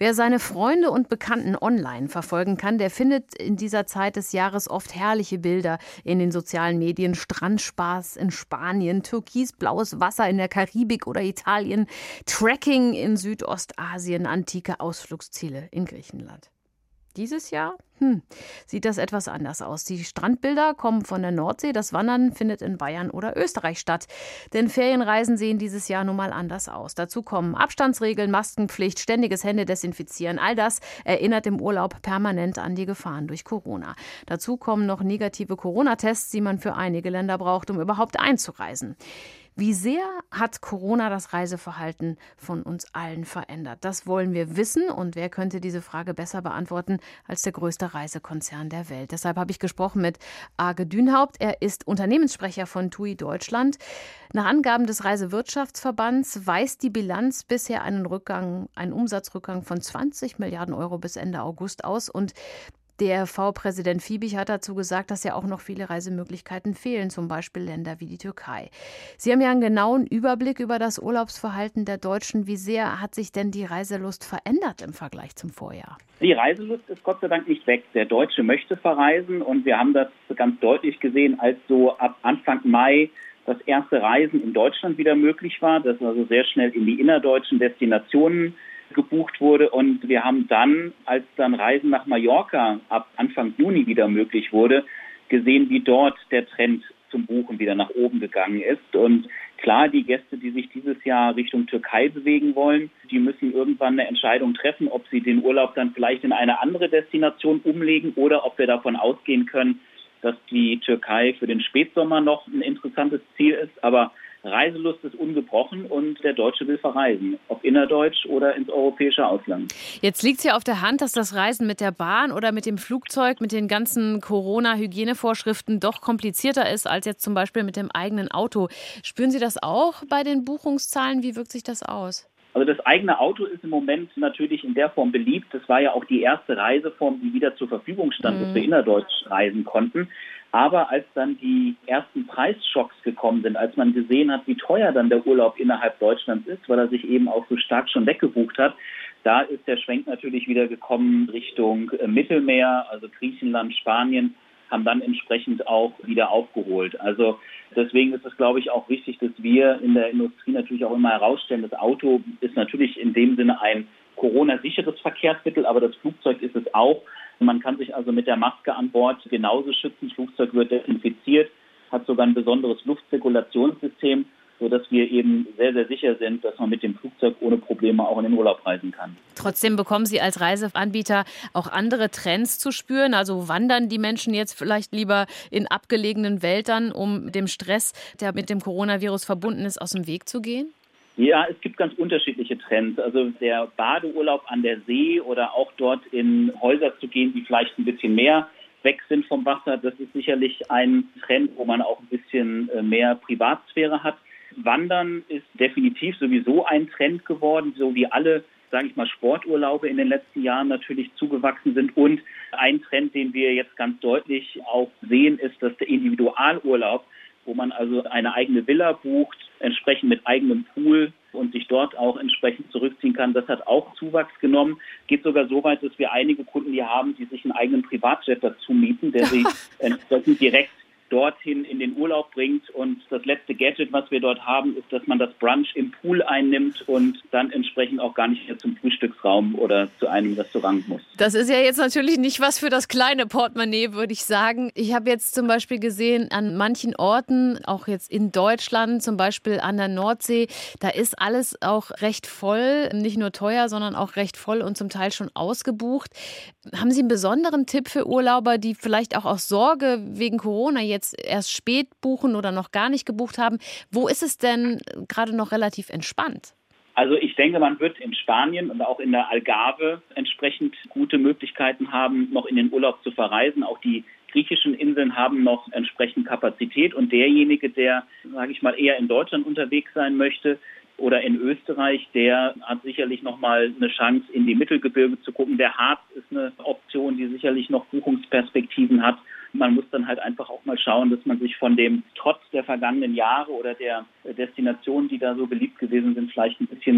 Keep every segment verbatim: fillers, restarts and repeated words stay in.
Wer seine Freunde und Bekannten online verfolgen kann, der findet in dieser Zeit des Jahres oft herrliche Bilder in den sozialen Medien. Strandspaß in Spanien, türkisblaues Wasser in der Karibik oder Italien, Trekking in Südostasien, antike Ausflugsziele in Griechenland. Dieses Jahr hm, sieht das etwas anders aus. Die Strandbilder kommen von der Nordsee, das Wandern findet in Bayern oder Österreich statt. Denn Ferienreisen sehen dieses Jahr nun mal anders aus. Dazu kommen Abstandsregeln, Maskenpflicht, ständiges Händedesinfizieren. All das erinnert im Urlaub permanent an die Gefahren durch Corona. Dazu kommen noch negative Corona-Tests, die man für einige Länder braucht, um überhaupt einzureisen. Wie sehr hat Corona das Reiseverhalten von uns allen verändert? Das wollen wir wissen. Und wer könnte diese Frage besser beantworten als der größte Reisekonzern der Welt? Deshalb habe ich gesprochen mit Arge Dünhaupt. Er ist Unternehmenssprecher von T U I Deutschland. Nach Angaben des Reisewirtschaftsverbands weist die Bilanz bisher einen Rückgang, einen Umsatzrückgang von zwanzig Milliarden Euro bis Ende August aus. Und D R V-Präsident Fiebig hat dazu gesagt, dass ja auch noch viele Reisemöglichkeiten fehlen, zum Beispiel Länder wie die Türkei. Sie haben ja einen genauen Überblick über das Urlaubsverhalten der Deutschen. Wie sehr hat sich denn die Reiselust verändert im Vergleich zum Vorjahr? Die Reiselust ist Gott sei Dank nicht weg. Der Deutsche möchte verreisen und wir haben das ganz deutlich gesehen, als so ab Anfang Mai das erste Reisen in Deutschland wieder möglich war, das also sehr schnell in die innerdeutschen Destinationen gebucht wurde und wir haben dann, als dann Reisen nach Mallorca ab Anfang Juni wieder möglich wurde, gesehen, wie dort der Trend zum Buchen wieder nach oben gegangen ist. Und klar, die Gäste, die sich dieses Jahr Richtung Türkei bewegen wollen, die müssen irgendwann eine Entscheidung treffen, ob sie den Urlaub dann vielleicht in eine andere Destination umlegen oder ob wir davon ausgehen können, dass die Türkei für den Spätsommer noch ein interessantes Ziel ist. Aber Reiselust ist ungebrochen und der Deutsche will verreisen, ob innerdeutsch oder ins europäische Ausland. Jetzt liegt es ja auf der Hand, dass das Reisen mit der Bahn oder mit dem Flugzeug, mit den ganzen Corona-Hygienevorschriften doch komplizierter ist als jetzt zum Beispiel mit dem eigenen Auto. Spüren Sie das auch bei den Buchungszahlen? Wie wirkt sich das aus? Also das eigene Auto ist im Moment natürlich in der Form beliebt. Das war ja auch die erste Reiseform, die wieder zur Verfügung stand, mhm. dass wir innerdeutsch reisen konnten. Aber als dann die ersten Preisschocks gekommen sind, als man gesehen hat, wie teuer dann der Urlaub innerhalb Deutschlands ist, weil er sich eben auch so stark schon weggebucht hat, da ist der Schwenk natürlich wieder gekommen Richtung Mittelmeer, also Griechenland, Spanien, haben dann entsprechend auch wieder aufgeholt. Also deswegen ist es, glaube ich, auch wichtig, dass wir in der Industrie natürlich auch immer herausstellen, das Auto ist natürlich in dem Sinne ein Corona-sicheres Verkehrsmittel, aber das Flugzeug ist es auch. Man kann sich also mit der Maske an Bord genauso schützen. Das Flugzeug wird desinfiziert, hat sogar ein besonderes Luftzirkulationssystem, sodass wir eben sehr, sehr sicher sind, dass man mit dem Flugzeug ohne Probleme auch in den Urlaub reisen kann. Trotzdem bekommen Sie als Reiseanbieter auch andere Trends zu spüren. Also wandern die Menschen jetzt vielleicht lieber in abgelegenen Wäldern, um dem Stress, der mit dem Coronavirus verbunden ist, aus dem Weg zu gehen? Ja, es gibt ganz unterschiedliche Trends. Also der Badeurlaub an der See oder auch dort in Häuser zu gehen, die vielleicht ein bisschen mehr weg sind vom Wasser, das ist sicherlich ein Trend, wo man auch ein bisschen mehr Privatsphäre hat. Wandern ist definitiv sowieso ein Trend geworden, so wie alle, sage ich mal, Sporturlaube in den letzten Jahren natürlich zugewachsen sind. Und ein Trend, den wir jetzt ganz deutlich auch sehen, ist, dass der Individualurlaub, wo man also eine eigene Villa bucht, entsprechend mit eigenem Pool und sich dort auch entsprechend zurückziehen kann, das hat auch Zuwachs genommen. Geht sogar so weit, dass wir einige Kunden hier haben, die sich einen eigenen Privatjet dazu mieten, der sie entsprechend direkt dorthin in den Urlaub bringt. Und das letzte Gadget, was wir dort haben, ist, dass man das Brunch im Pool einnimmt und dann entsprechend auch gar nicht mehr zum Frühstücksraum oder zu einem Restaurant muss. Das ist ja jetzt natürlich nicht was für das kleine Portemonnaie, würde ich sagen. Ich habe jetzt zum Beispiel gesehen, an manchen Orten, auch jetzt in Deutschland, zum Beispiel an der Nordsee, da ist alles auch recht voll, nicht nur teuer, sondern auch recht voll und zum Teil schon ausgebucht. Haben Sie einen besonderen Tipp für Urlauber, die vielleicht auch aus Sorge wegen Corona jetzt erst spät buchen oder noch gar nicht gebucht haben? Wo ist es denn gerade noch relativ entspannt? Also ich denke, man wird in Spanien und auch in der Algarve entsprechend gute Möglichkeiten haben, noch in den Urlaub zu verreisen. Auch die griechischen Inseln haben noch entsprechend Kapazität. Und derjenige, der, sage ich mal, eher in Deutschland unterwegs sein möchte oder in Österreich, der hat sicherlich noch mal eine Chance, in die Mittelgebirge zu gucken. Der Harz ist eine Option, die sicherlich noch Buchungsperspektiven hat. Man muss dann halt einfach auch mal schauen, dass man sich von dem Trotz der vergangenen Jahre oder der Destinationen, die da so beliebt gewesen sind, vielleicht ein bisschen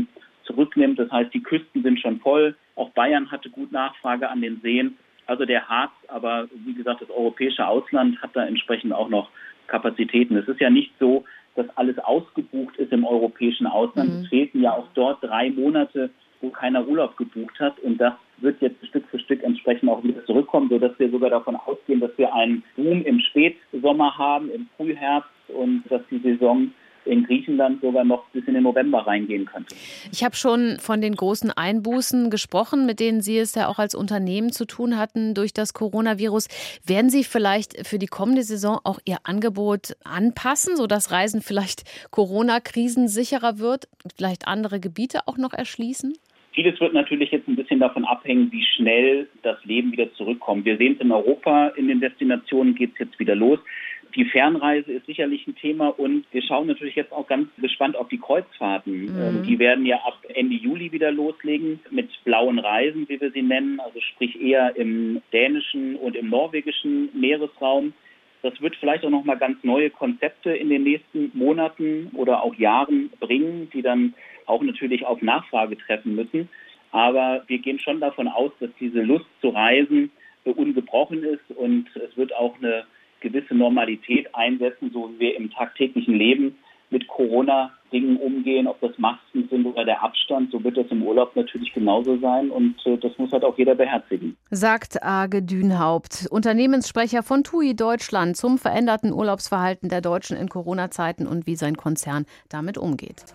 zurücknimmt. Das heißt, die Küsten sind schon voll. Auch Bayern hatte gut Nachfrage an den Seen. Also der Harz, aber wie gesagt, das europäische Ausland hat da entsprechend auch noch Kapazitäten. Es ist ja nicht so, dass alles ausgebucht ist im europäischen Ausland. Mhm. Es fehlten ja auch dort drei Monate, wo keiner Urlaub gebucht hat. Und das wird jetzt Stück für Stück entsprechend auch wieder zurückkommen, sodass wir sogar davon ausgehen, dass wir einen Boom im Spätsommer haben, im Frühherbst und dass die Saison in Griechenland sogar noch bis in den November reingehen könnte. Ich habe schon von den großen Einbußen gesprochen, mit denen Sie es ja auch als Unternehmen zu tun hatten durch das Coronavirus. Werden Sie vielleicht für die kommende Saison auch Ihr Angebot anpassen, sodass Reisen vielleicht Corona-krisensicherer wird, vielleicht andere Gebiete auch noch erschließen? Vieles wird natürlich jetzt ein bisschen davon abhängen, wie schnell das Leben wieder zurückkommt. Wir sehen es in Europa, in den Destinationen geht es jetzt wieder los. Die Fernreise ist sicherlich ein Thema und wir schauen natürlich jetzt auch ganz gespannt auf die Kreuzfahrten. Mhm. Die werden ja ab Ende Juli wieder loslegen mit blauen Reisen, wie wir sie nennen, also sprich eher im dänischen und im norwegischen Meeresraum. Das wird vielleicht auch noch mal ganz neue Konzepte in den nächsten Monaten oder auch Jahren bringen, die dann auch natürlich auf Nachfrage treffen müssen. Aber wir gehen schon davon aus, dass diese Lust zu reisen ungebrochen ist und es wird auch eine gewisse Normalität einsetzen, so wie wir im tagtäglichen Leben mit Corona-Dingen umgehen, ob das Masken sind oder der Abstand, so wird das im Urlaub natürlich genauso sein und äh, das muss halt auch jeder beherzigen. Sagt Age Dünhaupt, Unternehmenssprecher von T U I Deutschland zum veränderten Urlaubsverhalten der Deutschen in Corona-Zeiten und wie sein Konzern damit umgeht.